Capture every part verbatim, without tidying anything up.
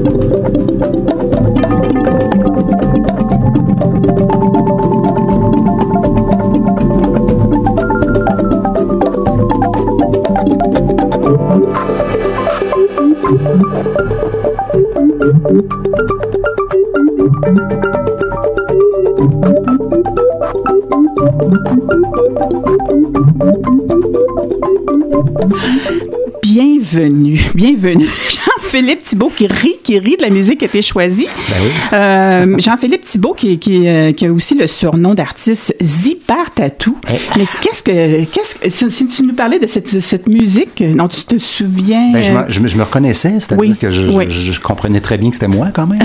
Bienvenue, bienvenue. Jean-Philippe Thibault qui rit, qui rit de la musique qui a été choisie. Ben oui. euh, Jean-Philippe Thibault qui, qui, euh, qui a aussi le surnom d'artiste Zipper Tattoo. Ouais. Mais qu'est-ce que, qu'est-ce que, si, si tu nous parlais de cette, cette musique dont tu te souviens... Ben, je, me, je, me, je me reconnaissais, c'est-à-dire oui, que je, oui. je, je comprenais très bien que c'était moi quand même.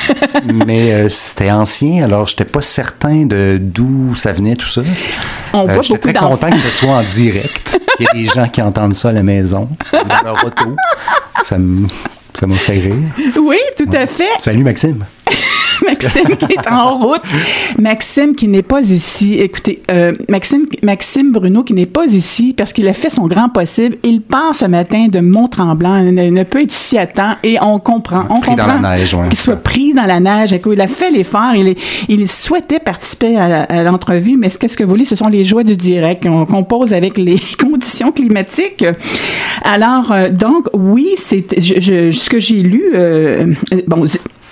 Mais euh, c'était ancien, alors je n'étais pas certain de d'où ça venait tout ça. On euh, voit j'étais beaucoup très content que ce soit en direct, qu'il y ait des gens qui entendent ça à la maison, dans leur auto. Ça me, ça m'a fait rire. Oui, tout à fait. Salut Maxime. Maxime qui est en route. Maxime qui n'est pas ici. Écoutez, euh, Maxime, Maxime Bruno qui n'est pas ici parce qu'il a fait son grand possible. Il part ce matin de Mont-Tremblant. Il ne, ne peut être ici à temps et on comprend. On pris comprend dans la neige, ouais. qu'il soit pris dans la neige. Écoute, il a fait l'effort. Il, est, il souhaitait participer à, à l'entrevue, mais qu'est-ce que vous voulez? Ce sont les joies du direct. On compose avec les conditions climatiques. Alors, euh, donc, oui, c'est je, je, ce que j'ai lu. Euh, bon,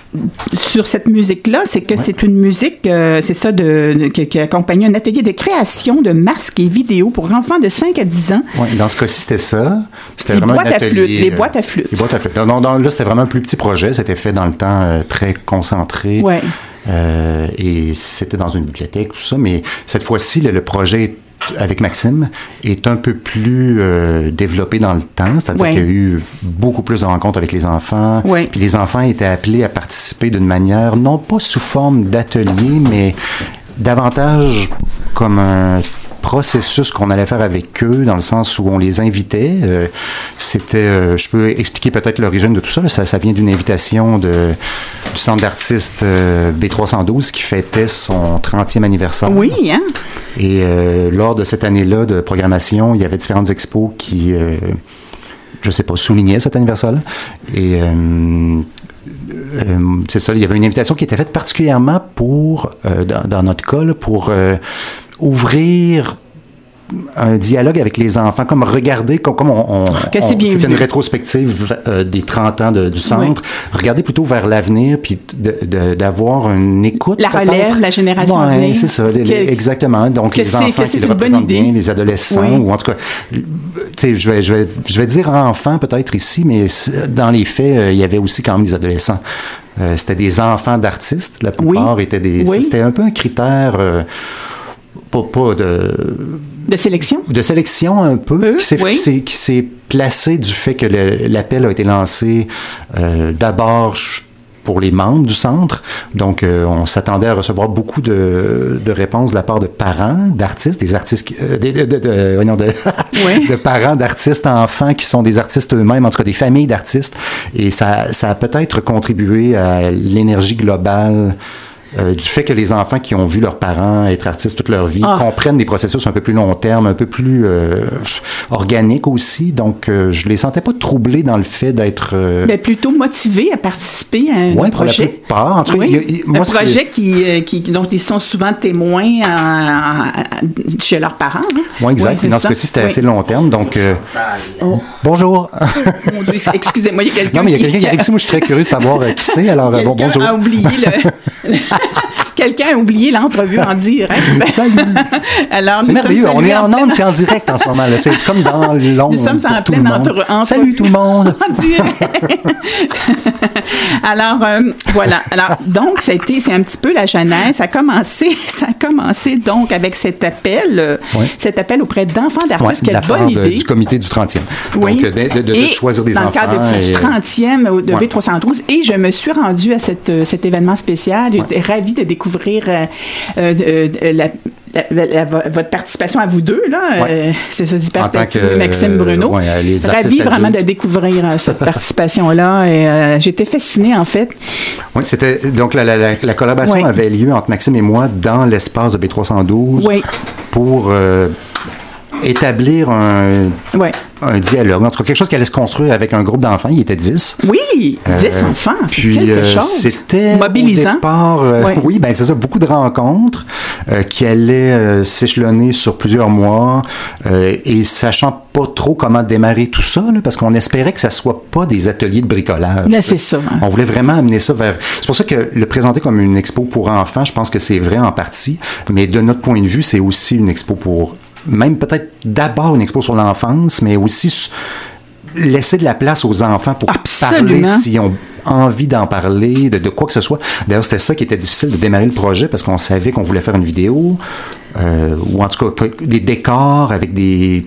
sur cette musique-là, c'est que ouais. c'est une musique, euh, c'est ça, de, de, qui, qui accompagnait un atelier de création de masques et vidéos pour enfants de cinq à dix ans. Oui, dans ce cas-ci, c'était ça. C'était les vraiment boîtes un atelier. À flûte, les boîtes à flûte. Les boîtes à flûte. Non, non, là, c'était vraiment un plus petit projet. C'était fait dans le temps euh, très concentré. Oui. Euh, et c'était dans une bibliothèque, tout ça. Mais cette fois-ci, le, le projet avec Maxime est un peu plus euh, développé dans le temps, c'est-à-dire ouais. qu'il y a eu beaucoup plus de rencontres avec les enfants, ouais. puis les enfants étaient appelés à participer d'une manière, non pas sous forme d'atelier, mais davantage comme un processus qu'on allait faire avec eux, dans le sens où on les invitait. Euh, c'était, euh, je peux expliquer peut-être l'origine de tout ça, là. ça. Ça vient d'une invitation de, du Centre d'artistes euh, B trois cent douze qui fêtait son trentième anniversaire. Oui, hein? Et euh, lors de cette année-là de programmation, il y avait différentes expos qui, euh, je sais pas, soulignaient cet anniversaire-là. Et euh, Euh, c'est ça, il y avait une invitation qui était faite particulièrement pour, euh, dans, dans notre cas, là, pour euh, ouvrir un dialogue avec les enfants, comme regarder, comme, comme on, on, on c'était une rétrospective euh, des trente ans de, du centre, oui. Regarder plutôt vers l'avenir, puis de, de, d'avoir une écoute. La relève, la génération ouais, à venir. c'est ça, les, les, exactement. Donc, les enfants qui le représentent bien, les adolescents, oui. Ou en tout cas, tu sais, je vais, je vais, je vais dire enfants peut-être ici, mais dans les faits, euh, il y avait aussi quand même des adolescents. Euh, c'était des enfants d'artistes, la plupart oui. étaient des... Oui. C'était un peu un critère... Euh, pas, pas de... De sélection? De sélection un peu, peu, qui, s'est, oui. qui, s'est, qui s'est placé du fait que le, l'appel a été lancé euh, d'abord pour les membres du centre. Donc, euh, on s'attendait à recevoir beaucoup de, de réponses de la part de parents d'artistes, des artistes, euh, de, de, de, de, de, oui. de parents d'artistes enfants qui sont des artistes eux-mêmes, en tout cas des familles d'artistes. Et ça, ça a peut-être contribué à l'énergie globale Euh, du fait que les enfants qui ont vu leurs parents être artistes toute leur vie ah. comprennent des processus un peu plus long terme, un peu plus euh, organiques aussi. Donc, euh, je les sentais pas troublés dans le fait d'être... Euh... Mais plutôt motivés à participer à un ouais, projet. Pour la plupart. En tout cas, oui. il y a, il, moi, un projet que... qui, qui, dont ils sont souvent témoins à, à, chez leurs parents. Hein? Oui, exact. Oui, dans ce cas-ci, c'était oui. assez long terme. Donc, euh... oh. bonjour. Mon Dieu, excusez-moi, il y a quelqu'un Non, mais il y a qui... quelqu'un qui arrive ici. Moi, je suis très curieux de savoir euh, qui c'est. Alors, bon, bonjour. a oublié le... Quelqu'un a oublié l'entrevue en direct. Salut! Alors, c'est merveilleux. On est en ondes, c'est en direct en ce moment. Là. C'est comme dans l'onde. Nous sommes en pleine entre- entrevue. Salut tout le monde! En direct. Alors, euh, voilà. Alors, donc, ça a été, c'est un petit peu la genèse. Ça a commencé, ça a commencé donc avec cet appel, euh, oui. cet appel auprès d'enfants d'artistes. Oui, Quelle bonne idée. Du comité du trentième. Oui. Donc, de, de, de, de choisir des dans enfants. Dans le cadre et... du trentième de oui. B trois cent douze. Et je me suis rendue à cette, cet événement spécial. J'étais oui. ravie de découvrir euh, euh, la, la, la, la, votre participation à vous deux. Là. Ouais. Euh, c'est ça, Zipper Tattoo, Maxime Bruno. Euh, ouais, ravie vraiment adultes. de découvrir euh, cette participation-là. Et euh, j'étais fascinée, en fait. Oui, c'était... Donc, la, la, la, la collaboration oui. avait lieu entre Maxime et moi dans l'espace de B trois cent douze oui. pour... Euh, établir un, ouais. un dialogue, en tout cas quelque chose qui allait se construire avec un groupe d'enfants. Il était dix. Oui, dix euh, enfants, c'est puis, quelque chose. Euh, c'était mobilisant. Au départ, euh, ouais. Oui, ben c'est ça, beaucoup de rencontres euh, qui allaient euh, s'échelonner sur plusieurs mois euh, et sachant pas trop comment démarrer tout ça, là, parce qu'on espérait que ça soit pas des ateliers de bricolage. Ben, c'est ça. Hein. On voulait vraiment amener ça vers... C'est pour ça que le présenter comme une expo pour enfants, je pense que c'est vrai en partie, mais de notre point de vue, c'est aussi une expo pour... Même peut-être d'abord une expo sur l'enfance, mais aussi laisser de la place aux enfants pour Absolument. parler s'ils ont envie d'en parler, de, de quoi que ce soit. D'ailleurs, c'était ça qui était difficile de démarrer le projet parce qu'on savait qu'on voulait faire une vidéo, euh, ou en tout cas des décors avec des...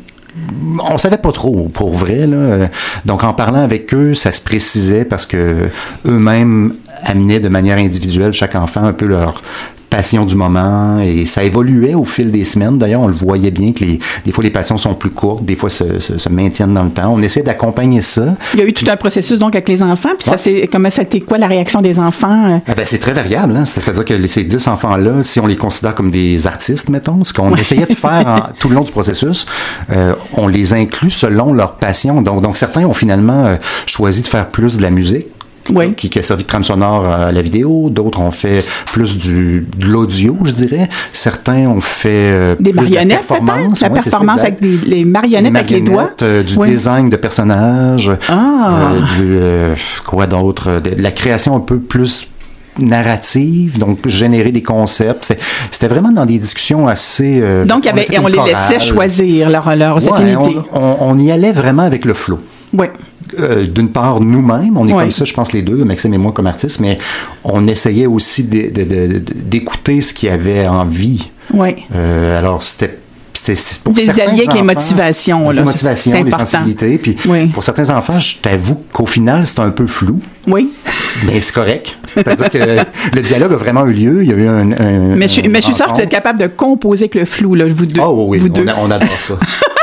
On savait pas trop, pour vrai, là. Donc, en parlant avec eux, ça se précisait parce que eux-mêmes amenaient de manière individuelle, chaque enfant, un peu leur passion du moment, et ça évoluait au fil des semaines. D'ailleurs, on le voyait bien que les, des fois les passions sont plus courtes, des fois se, se, se maintiennent dans le temps. On essaie d'accompagner ça. Il y a eu tout un processus donc avec les enfants, puis ouais. ça c'est comment ça a été quoi la réaction des enfants? Ah ben, c'est très variable, hein? C'est-à-dire que ces dix enfants-là, si on les considère comme des artistes, mettons, ce qu'on ouais. essayait de faire en, tout le long du processus, euh, on les inclut selon leur passion. Donc, donc certains ont finalement euh, choisi de faire plus de la musique. Oui. Qui, qui a servi de trame sonore à la vidéo. D'autres ont fait plus du, de l'audio, je dirais. Certains ont fait euh, des plus marionnettes, de la performance. La ouais, performance avec des, les marionnettes, les avec les doigts. Euh, du oui. design de personnages. Ah. Euh, du, euh, quoi d'autre? De, de la création un peu plus narrative, donc générer des concepts. C'est, c'était vraiment dans des discussions assez... Euh, donc, on, avait, on les laissait choisir leur, leurs ouais, affinités. On, on, on y allait vraiment avec le flow. Oui. Euh, d'une part, nous-mêmes, on est oui. comme ça, je pense, les deux, Maxime et moi comme artistes, mais on essayait aussi de, de, de, de, d'écouter ce qu'il y avait en vie. Oui. Euh, alors, c'était C'était, c'est pour des alliés avec les motivations. Les motivations, les sensibilités. Puis oui. pour certains enfants, je t'avoue qu'au final, c'est un peu flou. Oui. Mais c'est correct. C'est-à-dire que le dialogue a vraiment eu lieu. Il y a eu un. un mais je, mais je suis sûre que vous êtes capable de composer avec le flou, là, vous deux. Oh oui, vous on, deux. A, on adore ça.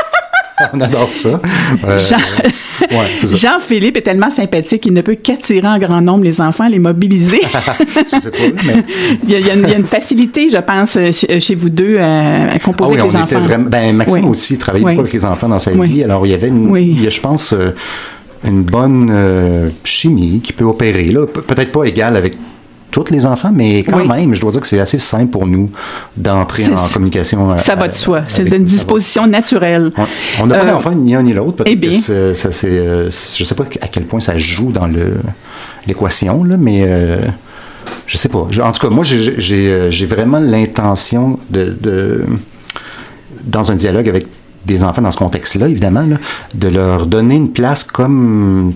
On adore ça. Euh, Jean... ouais, c'est ça. Jean-Philippe est tellement sympathique qu'il ne peut qu'attirer en grand nombre les enfants, les mobiliser. Je sais pas, mais... il, y a, il, y a une, il y a une facilité, je pense, chez, chez vous deux à, à composer ah oui, avec les on enfants. Était vraiment... ben, Maxime oui. aussi travaillait oui. beaucoup avec les enfants dans sa oui. vie. Alors, il y avait, une, oui. il y a, je pense, euh, une bonne euh, chimie qui peut opérer. Là. Pe- peut-être pas égale avec tous les enfants, mais quand oui. même, je dois dire que c'est assez simple pour nous d'entrer c'est, en communication. Ça à, va de soi. C'est une disposition naturelle. On n'a pas euh, d'enfants ni un ni l'autre. Peut-être eh bien. que c'est, ça, c'est, euh, je ne sais pas à quel point ça joue dans le, l'équation, là, mais euh, je ne sais pas. En tout cas, moi, j'ai, j'ai, j'ai vraiment l'intention de, de, dans un dialogue avec des enfants dans ce contexte-là, évidemment, là, de leur donner une place comme...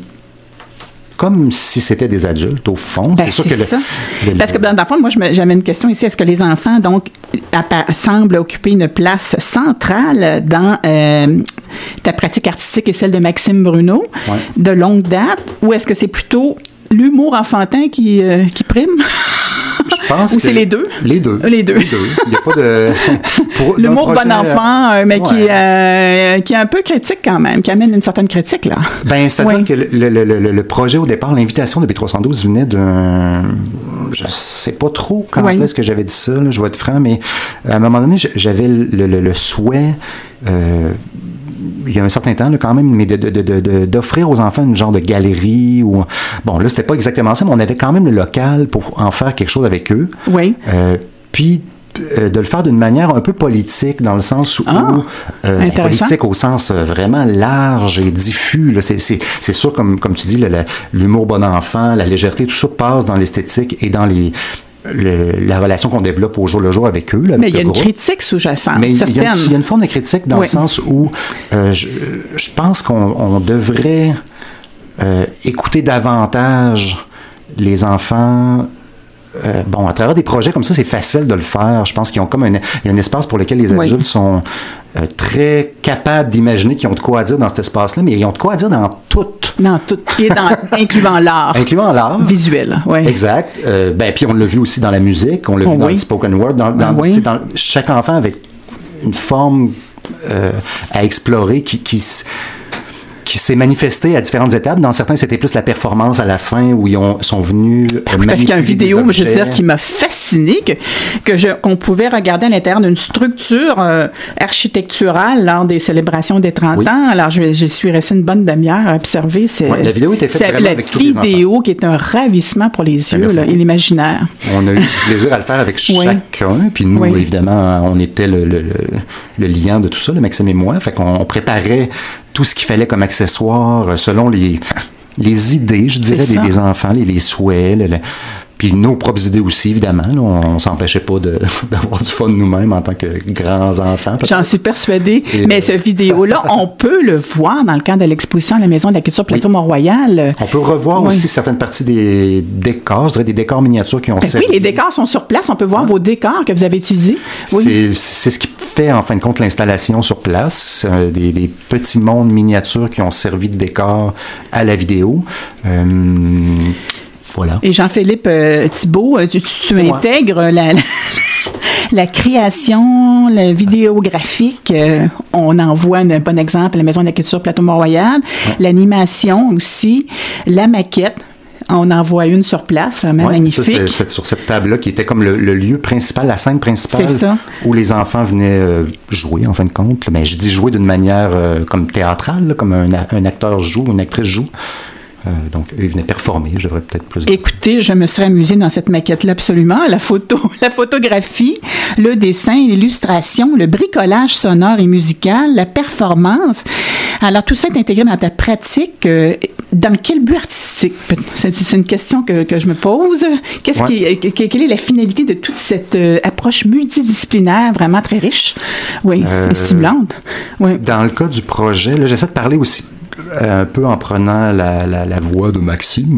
comme si c'était des adultes, au fond. Ben, c'est sûr c'est que le, ça. Le, Parce que, dans le fond, moi, je me, j'avais une question ici. Est-ce que les enfants, donc, appa- semblent occuper une place centrale dans euh, ta pratique artistique et celle de Maxime Bruno, ouais. de longue date, ou est-ce que c'est plutôt l'humour enfantin qui, euh, qui prime? Je pense Ou que c'est les deux? Les deux. Les deux. Les deux. Il n'y a pas de... Pour, l'humour projet, bon enfant, euh, mais ouais. qui, euh, qui est un peu critique quand même, qui amène une certaine critique, là. Ben, c'est-à-dire oui. que le, le, le, le projet, au départ, l'invitation de B trois cent douze venait d'un... Je sais pas trop quand oui. est-ce que j'avais dit ça, là, je vais être franc, mais à un moment donné, j'avais le, le, le souhait... Euh, il y a un certain temps, là, quand même, mais de, de, de, de, d'offrir aux enfants une genre de galerie ou... Bon, là, c'était pas exactement ça, mais on avait quand même le local pour en faire quelque chose avec eux. Oui. Euh, puis, euh, de le faire d'une manière un peu politique, dans le sens où... Ah, euh, politique au sens euh, vraiment large et diffus. Là. C'est, c'est, c'est sûr, comme, comme tu dis, le, la, l'humour bon enfant, la légèreté, tout ça passe dans l'esthétique et dans les... Le, la relation qu'on développe au jour le jour avec eux. Là, avec mais il y a une groupe. critique sous-jacente, mais certaine. Il y, a une, il y a une forme de critique dans oui. le sens où euh, je, je pense qu'on on devrait euh, écouter davantage les enfants. Euh, bon, à travers des projets comme ça, c'est facile de le faire. Je pense qu'ils ont comme un, il y a un espace pour lequel les adultes oui. sont euh, très capables d'imaginer qu'ils ont de quoi dire dans cet espace-là, mais ils ont de quoi dire dans tout. Dans tout, et dans, incluant l'art. Incluant l'art. Visuel, oui. Exact. Euh, ben, puis on l'a vu aussi dans la musique, on l'a oh, vu dans oui. le spoken word, dans, dans, ah, oui. dans chaque enfant avec une forme euh, à explorer qui... qui qui s'est manifesté à différentes étapes. Dans certains, c'était plus la performance à la fin où ils ont, sont venus euh, Parce qu'il y a une vidéo, je veux dire, qui m'a fasciné, que, que je, qu'on pouvait regarder à l'intérieur d'une structure euh, architecturale lors des célébrations des trente oui. ans. Alors, je, je suis restée une bonne demi-heure à observer. C'est, ouais, la vidéo était faite vraiment avec tous les enfants. La vidéo qui est un ravissement pour les yeux là, et l'imaginaire. On a eu du plaisir à le faire avec oui. chacun. Puis nous, oui. évidemment, on était le, le, le, le lien de tout ça, le Maxime et moi. Fait qu'on on préparait tout ce qu'il fallait comme accessoire selon les, les idées, je dirais, des, des enfants, les, les souhaits, le, le, puis nos propres idées aussi, évidemment. Là, on ne s'empêchait pas de, d'avoir du fun nous-mêmes en tant que grands enfants. J'en suis persuadée. Et mais euh... cette vidéo-là, on peut le voir dans le cadre de l'exposition à la Maison de la Culture Plateau-Mont-Royal. On peut revoir oui. aussi certaines parties des décors, je dirais des décors miniatures qui ont ben servi. Oui, les décors sont sur place. On peut voir ah. vos décors que vous avez utilisés. Oui. C'est, c'est ce qui fait, en fin de compte, l'installation sur place. Euh, des, des petits mondes miniatures qui ont servi de décor à la vidéo. Euh, Voilà. Et Jean-Philippe euh, Thibault, tu, tu, tu intègres la, la, la création, le vidéographique. Euh, on en voit un bon exemple à la Maison de la Culture Plateau-Mont-Royal. Ouais. L'animation aussi, la maquette. On en voit une sur place, vraiment ouais, magnifique. Ça, c'est, c'est sur cette table-là qui était comme le, le lieu principal, la scène principale où les enfants venaient euh, jouer, en fin de compte. Mais je dis jouer d'une manière euh, comme théâtrale, là, comme un, un acteur joue, une actrice joue. Euh, donc, eux, ils venaient performer, je devrais peut-être plus... Écoutez, je me serais amusée dans cette maquette-là, absolument. La photo, la photographie, le dessin, l'illustration, le bricolage sonore et musical, la performance. Alors, tout ça est intégré dans ta pratique. Euh, dans quel but artistique? C'est, c'est une question que, que je me pose. Qu'est-ce ouais. qui, quelle est la finalité de toute cette euh, approche multidisciplinaire vraiment très riche, oui, euh, et stimulante? Oui. Dans le cas du projet, là, j'essaie de parler aussi un peu en prenant la, la, la voix de Maxime.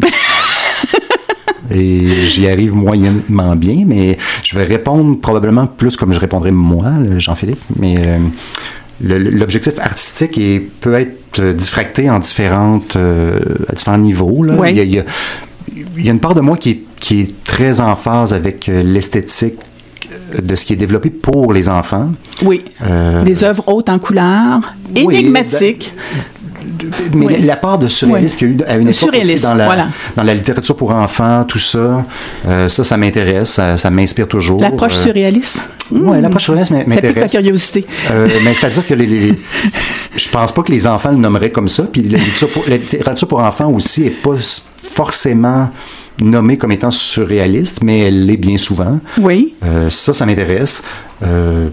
Et j'y arrive moyennement bien, mais je vais répondre probablement plus comme je répondrais moi, Jean-Philippe. Mais euh, le, l'objectif artistique est, peut être diffracté en différentes, euh, à différents niveaux. Là. Oui. Il, y a, il, y a, il y a une part de moi qui est, qui est très en phase avec l'esthétique de ce qui est développé pour les enfants. Oui. Euh, des œuvres hautes en couleurs, énigmatiques. Oui, mais oui. la part de surréalisme oui. qu'il y a eu à une époque aussi dans la, voilà. dans la littérature pour enfants, tout ça, euh, ça, ça m'intéresse, ça, ça m'inspire toujours. L'approche euh, surréaliste? Oui, mmh. l'approche surréaliste m'intéresse. Ça pique ta curiosité. Euh, mais c'est-à-dire que les, les, je pense pas que les enfants le nommeraient comme ça, puis la littérature pour, la littérature pour enfants aussi est pas forcément nommée comme étant surréaliste, mais elle l'est bien souvent. Oui. Euh, ça, ça m'intéresse. Euh,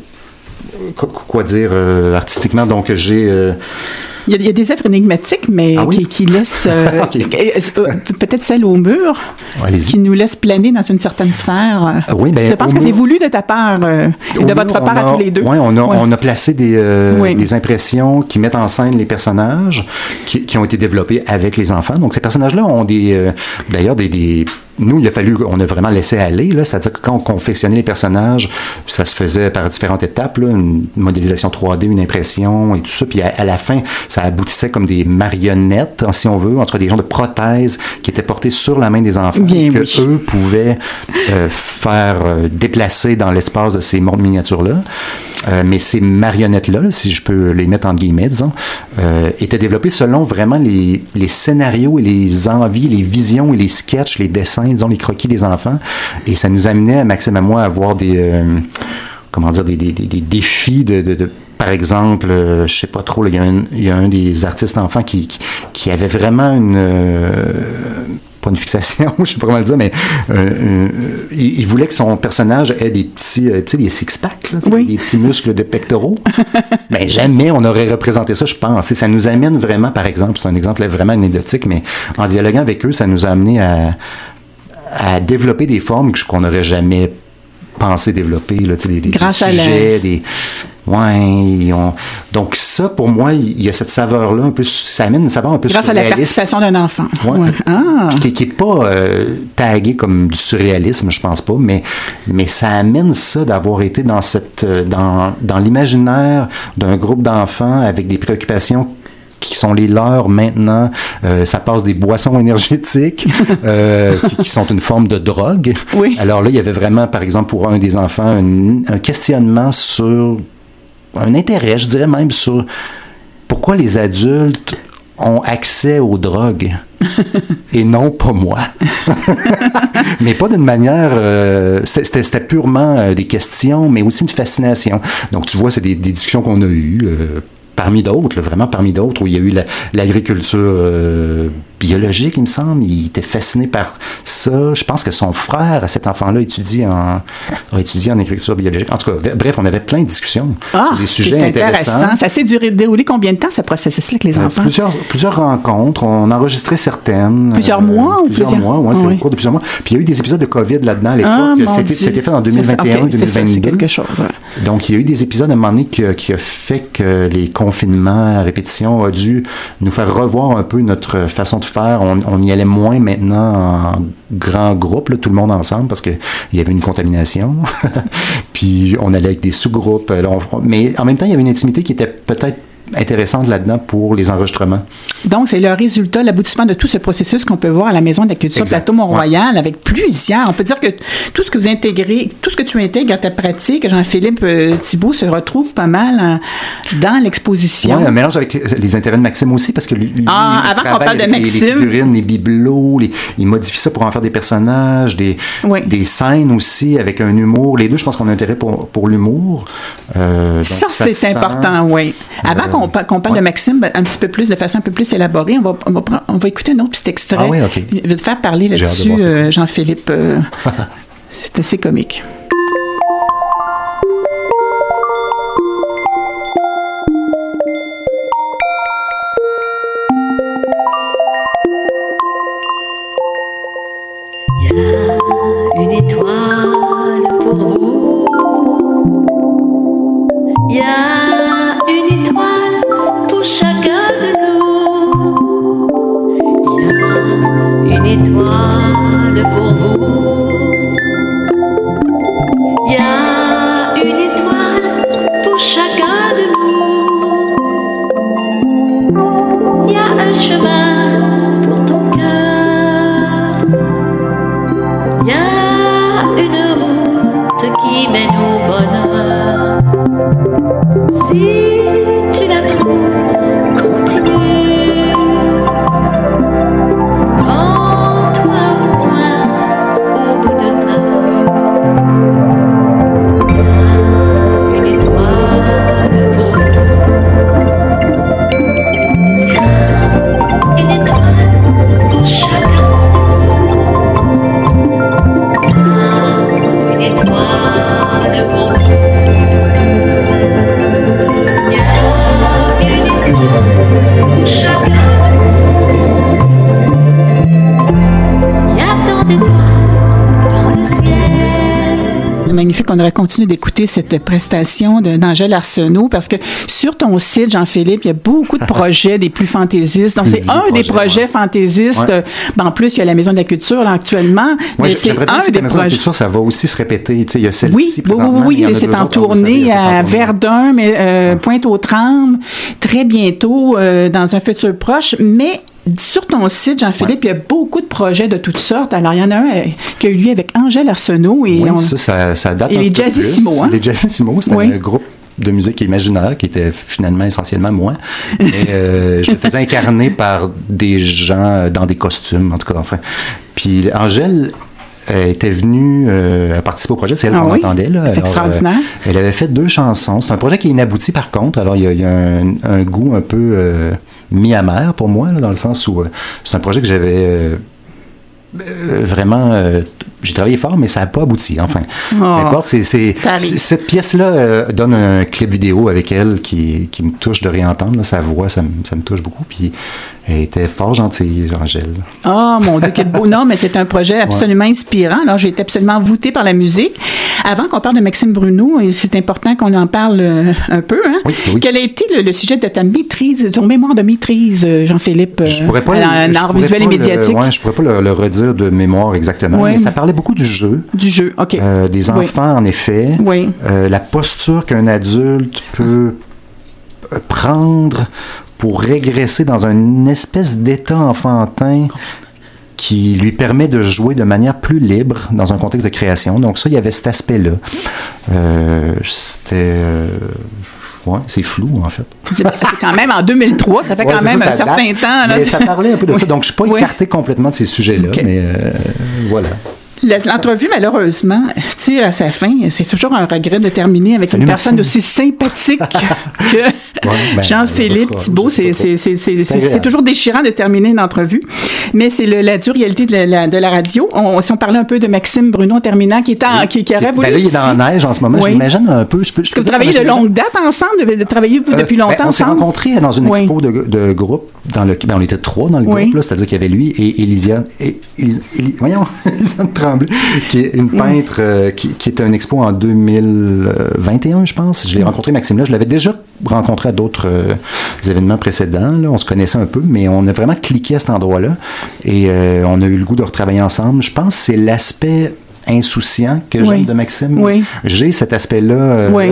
quoi dire euh, artistiquement? Donc, j'ai... Euh, Il y, a, il y a des œuvres énigmatiques, mais ah oui? qui, qui laissent euh, okay. peut-être celle au mur, Allez-y. qui nous laisse planer dans une certaine sphère. Ah oui, ben, je pense que mur, c'est voulu de ta part euh, et de votre part a, à tous les deux. Oui, on a, ouais. on a placé des, euh, oui. des impressions qui mettent en scène les personnages qui, qui ont été développés avec les enfants. Donc, ces personnages-là ont des, euh, d'ailleurs des, des nous, il a fallu, on a vraiment laissé aller, là, c'est-à-dire que quand on confectionnait les personnages, ça se faisait par différentes étapes, là, une modélisation trois D, une impression et tout ça, puis à, à la fin, ça aboutissait comme des marionnettes, si on veut, en tout cas des genres de prothèses qui étaient portées sur la main des enfants, Bien, que oui. eux pouvaient euh, faire euh, déplacer dans l'espace de ces mondes miniatures-là. Euh, mais ces marionnettes-là, là, si je peux les mettre en guillemets, disons, euh, étaient développées selon vraiment les, les scénarios et les envies, les visions et les sketchs, les dessins, disons, les croquis des enfants. Et ça nous amenait, Maxime et moi, à avoir des, euh, comment dire, des, des, des, des défis de, de, de par exemple, euh, je sais pas trop, il y, y, y a un des artistes enfants qui, qui, qui avait vraiment une... Euh, pas une fixation, je sais pas comment le dire, mais euh, euh, il, il voulait que son personnage ait des petits, euh, tu sais, des six-packs, là, oui. des petits muscles de pectoraux. Mais jamais on aurait représenté ça, je pense. Et ça nous amène vraiment, par exemple, c'est un exemple vraiment anecdotique, mais en dialoguant avec eux, ça nous a amené à, à développer des formes qu'on n'aurait jamais pensé développer, là, tu sais, des, des, Grâce des sujets, à la... des... Ouais, on... donc ça, pour moi, il y a cette saveur-là, un peu, ça amène une saveur un peu Grâce surréaliste. Grâce à la participation d'un enfant. Ouais. ouais. Ah. Qui, qui est pas euh, tagué comme du surréalisme, je pense pas, mais, mais ça amène ça d'avoir été dans cette, dans, dans l'imaginaire d'un groupe d'enfants avec des préoccupations qui sont les leurs maintenant. Euh, ça passe des boissons énergétiques euh, qui, qui sont une forme de drogue. Oui. Alors là, il y avait vraiment, par exemple, pour un des enfants, un, un questionnement sur... un intérêt, je dirais même, sur pourquoi les adultes ont accès aux drogues. Et non pas moi. Mais pas d'une manière... Euh, c'était, c'était purement euh, des questions, mais aussi une fascination. Donc, tu vois, c'est des, des discussions qu'on a eues, euh, parmi d'autres, là, vraiment parmi d'autres, où il y a eu la, l'agriculture euh, biologique, il me semble. Il était fasciné par ça. Je pense que son frère, à cet enfant-là, étudie en, a étudié en agriculture biologique. En tout cas, bref, on avait plein de discussions ah, sur des sujets c'est intéressants. Intéressant. Ça s'est duré, déroulé combien de temps, ce processus-là, avec les enfants? Euh, plusieurs, plusieurs rencontres. On enregistrait certaines. Plusieurs euh, mois ou plusieurs, plusieurs mois, oui, c'est oui. au cours de plusieurs mois. Puis il y a eu des épisodes de COVID là-dedans à l'époque. Ah, c'était, c'était fait en deux mille vingt et un, okay, deux mille vingt-deux. C'est, ça, c'est quelque chose. Ouais. Donc, il y a eu des épisodes à un moment donné qui, qui a fait que les confinements à répétition a dû nous faire revoir un peu notre façon de faire. On, on y allait moins maintenant en grand groupe, là, tout le monde ensemble, parce qu'il y avait une contamination. Puis on allait avec des sous-groupes. Là, on, mais en même temps, il y avait une intimité qui était peut-être intéressante là-dedans pour les enregistrements. Donc, c'est le résultat, l'aboutissement de tout ce processus qu'on peut voir à la Maison de la Culture Plateau Mont-Royal, ouais. avec plusieurs. On peut dire que tout ce que vous intégrez, tout ce que tu intègres à ta pratique, Jean-Philippe euh, Thibault, se retrouve pas mal hein, dans l'exposition. Oui, un mélange avec les intérêts de Maxime aussi, parce que lui, ah, lui, avant qu'on parle de Maxime. Les, les figurines, les bibelots, les, il modifie ça pour en faire des personnages, des, oui. des scènes aussi avec un humour. Les deux, je pense qu'on a intérêt pour, pour l'humour. Euh, donc ça, ça c'est sent, important, oui. Avant euh, qu'on, qu'on parle ouais. de Maxime un petit peu plus, de façon un peu plus élaborée, on va, on va, on va écouter un autre petit extrait. Ah oui, OK. Je vais te faire parler là-dessus, euh, Jean-Philippe. Euh, c'est assez comique. Il y a une étoile pour vous. Il y a une étoile pour chacun de nous. Il y a une étoile pour vous. Il y a une étoile pour chacun de nous. Il y a un chemin pour ton cœur. Il y a une route qui mène au bonheur. Si tu la trouves, continue. Rends-toi au loin, au bout de ta rue. Une étoile pour nous. Une étoile pour chacun de nous. Une étoile pour nous. Magnifique, on aurait continué d'écouter cette prestation de, d'Angèle Arsenault parce que sur ton site, Jean-Philippe, il y a beaucoup de projets des plus fantaisistes. Donc, c'est un projet, des projets ouais. fantaisistes. Ouais. Ben, en plus, il y a la Maison de la Culture là, actuellement. Moi, mais c'est un des que la Maison projets. de la Culture, ça va aussi se répéter. Tu sais, il y a celle-ci oui, présentement. Oui, oui, oui, c'est en tournée à en Verdun, mais euh, ouais. Pointe-aux-Trembles, très bientôt, euh, dans un futur proche. Mais sur ton site, Jean-Philippe, ouais. il y a beaucoup de projets de toutes sortes. Alors, il y en a un euh, qui a eu lieu avec Angèle Arsenault. Et oui, on... ça, ça, ça date et un les peu Jazzissimo, plus. Hein? Les Jazzissimo, c'était oui. un groupe de musique imaginaire qui était finalement essentiellement moi. Mais euh, je le faisais incarner par des gens dans des costumes, en tout cas. Enfin. Puis Angèle euh, était venue euh, participer au projet, c'est elle ah qu'on oui? entendait. Là. C'est alors, extraordinaire. Euh, elle avait fait deux chansons. C'est un projet qui est inabouti par contre. Alors il y a, il y a un, un goût un peu euh, mi-amer pour moi, là, dans le sens où euh, c'est un projet que j'avais euh, euh, vraiment... Euh, j'ai travaillé fort, mais ça n'a pas abouti. Enfin, oh, peu importe. C'est, c'est, c'est, cette pièce-là euh, donne un clip vidéo avec elle qui, qui me touche de réentendre. Là, sa voix, ça, ça me touche beaucoup. Puis elle était fort gentille, Angèle. Oh, mon Dieu, quel beau nom. Mais c'est un projet absolument ouais. inspirant. Alors, j'ai été absolument voûtée par la musique. Avant qu'on parle de Maxime Bruno, et c'est important qu'on en parle euh, un peu. Hein? Oui, oui. Quel a été le, le sujet de ta maîtrise, ton mémoire de maîtrise, Jean-Philippe, euh, je pourrais pas en art visuel et médiatique? Oui, je pourrais pas le, le redire de mémoire exactement, ouais, mais ça parlait beaucoup du jeu. Du jeu, OK. Euh, des enfants, oui. en effet. Oui. Euh, la posture qu'un adulte peut prendre pour régresser dans une espèce d'état enfantin qui lui permet de jouer de manière plus libre dans un contexte de création. Donc ça, il y avait cet aspect-là. Euh, c'était... Euh, Ouais, c'est flou, en fait. C'est, c'est quand même en deux mille trois, ça fait Ouais, quand même ça, un ça certain date, temps. Là. Mais ça parlait un peu de oui. ça, donc je ne suis pas oui. écarté complètement de ces sujets-là, okay. mais euh, voilà. L'entrevue, malheureusement, tire à sa fin. C'est toujours un regret de terminer avec Salut une personne Maxime. Aussi sympathique que ouais, ben, Jean-Philippe Thibault. C'est, c'est, c'est, c'est, c'est, c'est toujours déchirant de terminer une entrevue, mais c'est le, la dure réalité de la, de la radio. On, si on parlait un peu de Maxime Bruno en terminant, qui, est en, oui. qui, qui aurait voulu... Ben là, il est dans la neige en ce moment. Oui. Je l'imagine un peu. Je peux, je peux vous travaillez de longue date ensemble? De, de travailler vous, depuis longtemps euh, ben, on ensemble? On s'est rencontrés dans une oui. expo de, de groupe. Dans le, ben, on était trois dans le oui. groupe, là, c'est-à-dire qu'il y avait lui et Élisiane... Et, Élis, Élis, voyons, Élisiane Tremblay, qui est une peintre euh, qui, qui était une expo en deux mille vingt et un, je pense. Je l'ai rencontré, Maxime, là. Je l'avais déjà rencontré à d'autres euh, événements précédents. Là. On se connaissait un peu, mais on a vraiment cliqué à cet endroit-là. Et euh, on a eu le goût de retravailler ensemble. Je pense que c'est l'aspect insouciant que oui. j'aime de Maxime. Oui. J'ai cet aspect-là euh, oui.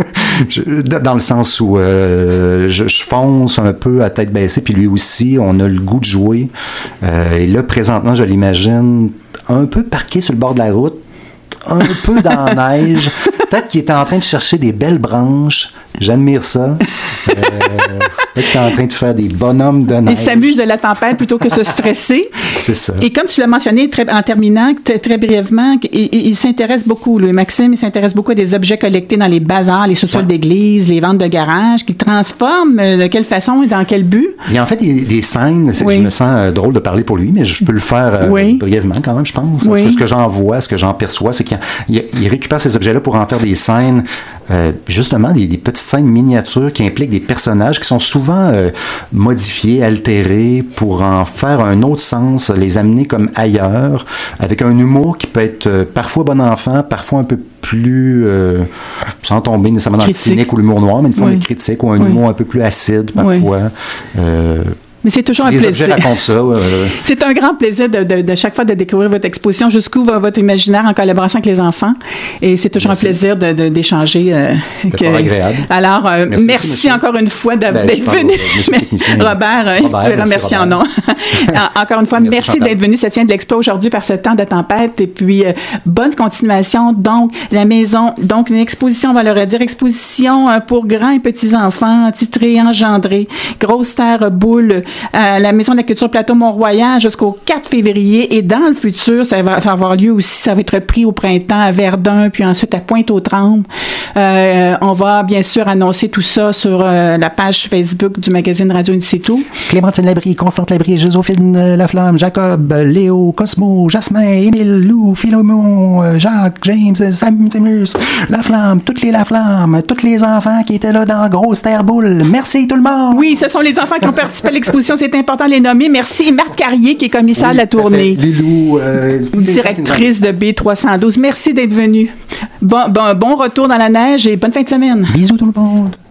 je, dans le sens où euh, je, je fonce un peu à tête baissée, puis lui aussi, on a le goût de jouer. Euh, et là, présentement, je l'imagine un peu parqué sur le bord de la route, un peu dans la neige. Peut-être qu'il était en train de chercher des belles branches. J'admire ça. Euh, peut-être qu'il est en train de faire des bonhommes de neige. Il s'amuse de la tempête plutôt que se stresser. C'est ça. Et comme tu l'as mentionné très, en terminant, très, très brièvement, il, il s'intéresse beaucoup, le Maxime, il s'intéresse beaucoup à des objets collectés dans les bazars, les sous-sols ouais. d'église, les ventes de garage, qu'il transforme, de quelle façon et dans quel but. Il y a en fait des, des scènes, oui. je me sens euh, drôle de parler pour lui, mais je peux le faire euh, oui. brièvement quand même, je pense. Oui. Parce que ce que j'en vois, ce que j'en perçois, c'est qu'il il, il récupère ces objets-là pour en faire des scènes, euh, justement des, des petites scènes miniatures qui impliquent des personnages qui sont souvent euh, modifiés, altérés pour en faire un autre sens, les amener comme ailleurs, avec un humour qui peut être euh, parfois bon enfant, parfois un peu plus, euh, sans tomber nécessairement dans critique. Le cynique ou l'humour noir, mais une forme oui. de critique ou un oui. humour un peu plus acide parfois. Oui. Euh, Mais c'est toujours si un les plaisir. Objets racontent ça. Euh... C'est un grand plaisir de, de, de chaque fois de découvrir votre exposition, jusqu'où va votre imaginaire en collaboration avec les enfants. Et c'est toujours merci. Un plaisir de, de, d'échanger. Euh, c'est que... agréable. Alors, euh, merci, merci aussi, encore une fois d'avoir, ben, d'être venu. Robert, euh, Robert je remercie en nom. Encore une fois, merci, merci d'être venu. Ça tient de l'expo aujourd'hui par ce temps de tempête. Et puis, euh, bonne continuation. Donc, la maison, donc une exposition, on va le redire, exposition euh, pour grands et petits enfants, titrée Engendré, Grosse Terre Boule, à la Maison de la Culture Plateau Mont-Royal jusqu'au quatre février. Et dans le futur, ça va avoir lieu aussi, ça va être pris au printemps à Verdun, puis ensuite à Pointe-aux-Trembles. Euh, on va bien sûr annoncer tout ça sur euh, la page Facebook du magazine Radio Uniceto. Clémentine Labrie, Constante Labrie, Joséphine Laflamme, Jacob, Léo, Cosmo, Jasmin, Émile, Lou, Philomon, Jacques, James, Samus, Laflamme, toutes les Laflammes, tous les enfants qui étaient là dans Grosse Terre Boule. Merci tout le monde! Oui, ce sont les enfants qui ont participé à l'exposition, c'est important de les nommer. Merci. Et Marthe Carrier, qui est commissaire oui, de la tournée. Lilou, euh, directrice de B trois cent douze. Merci d'être venue. Bon, bon, bon retour dans la neige et bonne fin de semaine. Bisous tout le monde.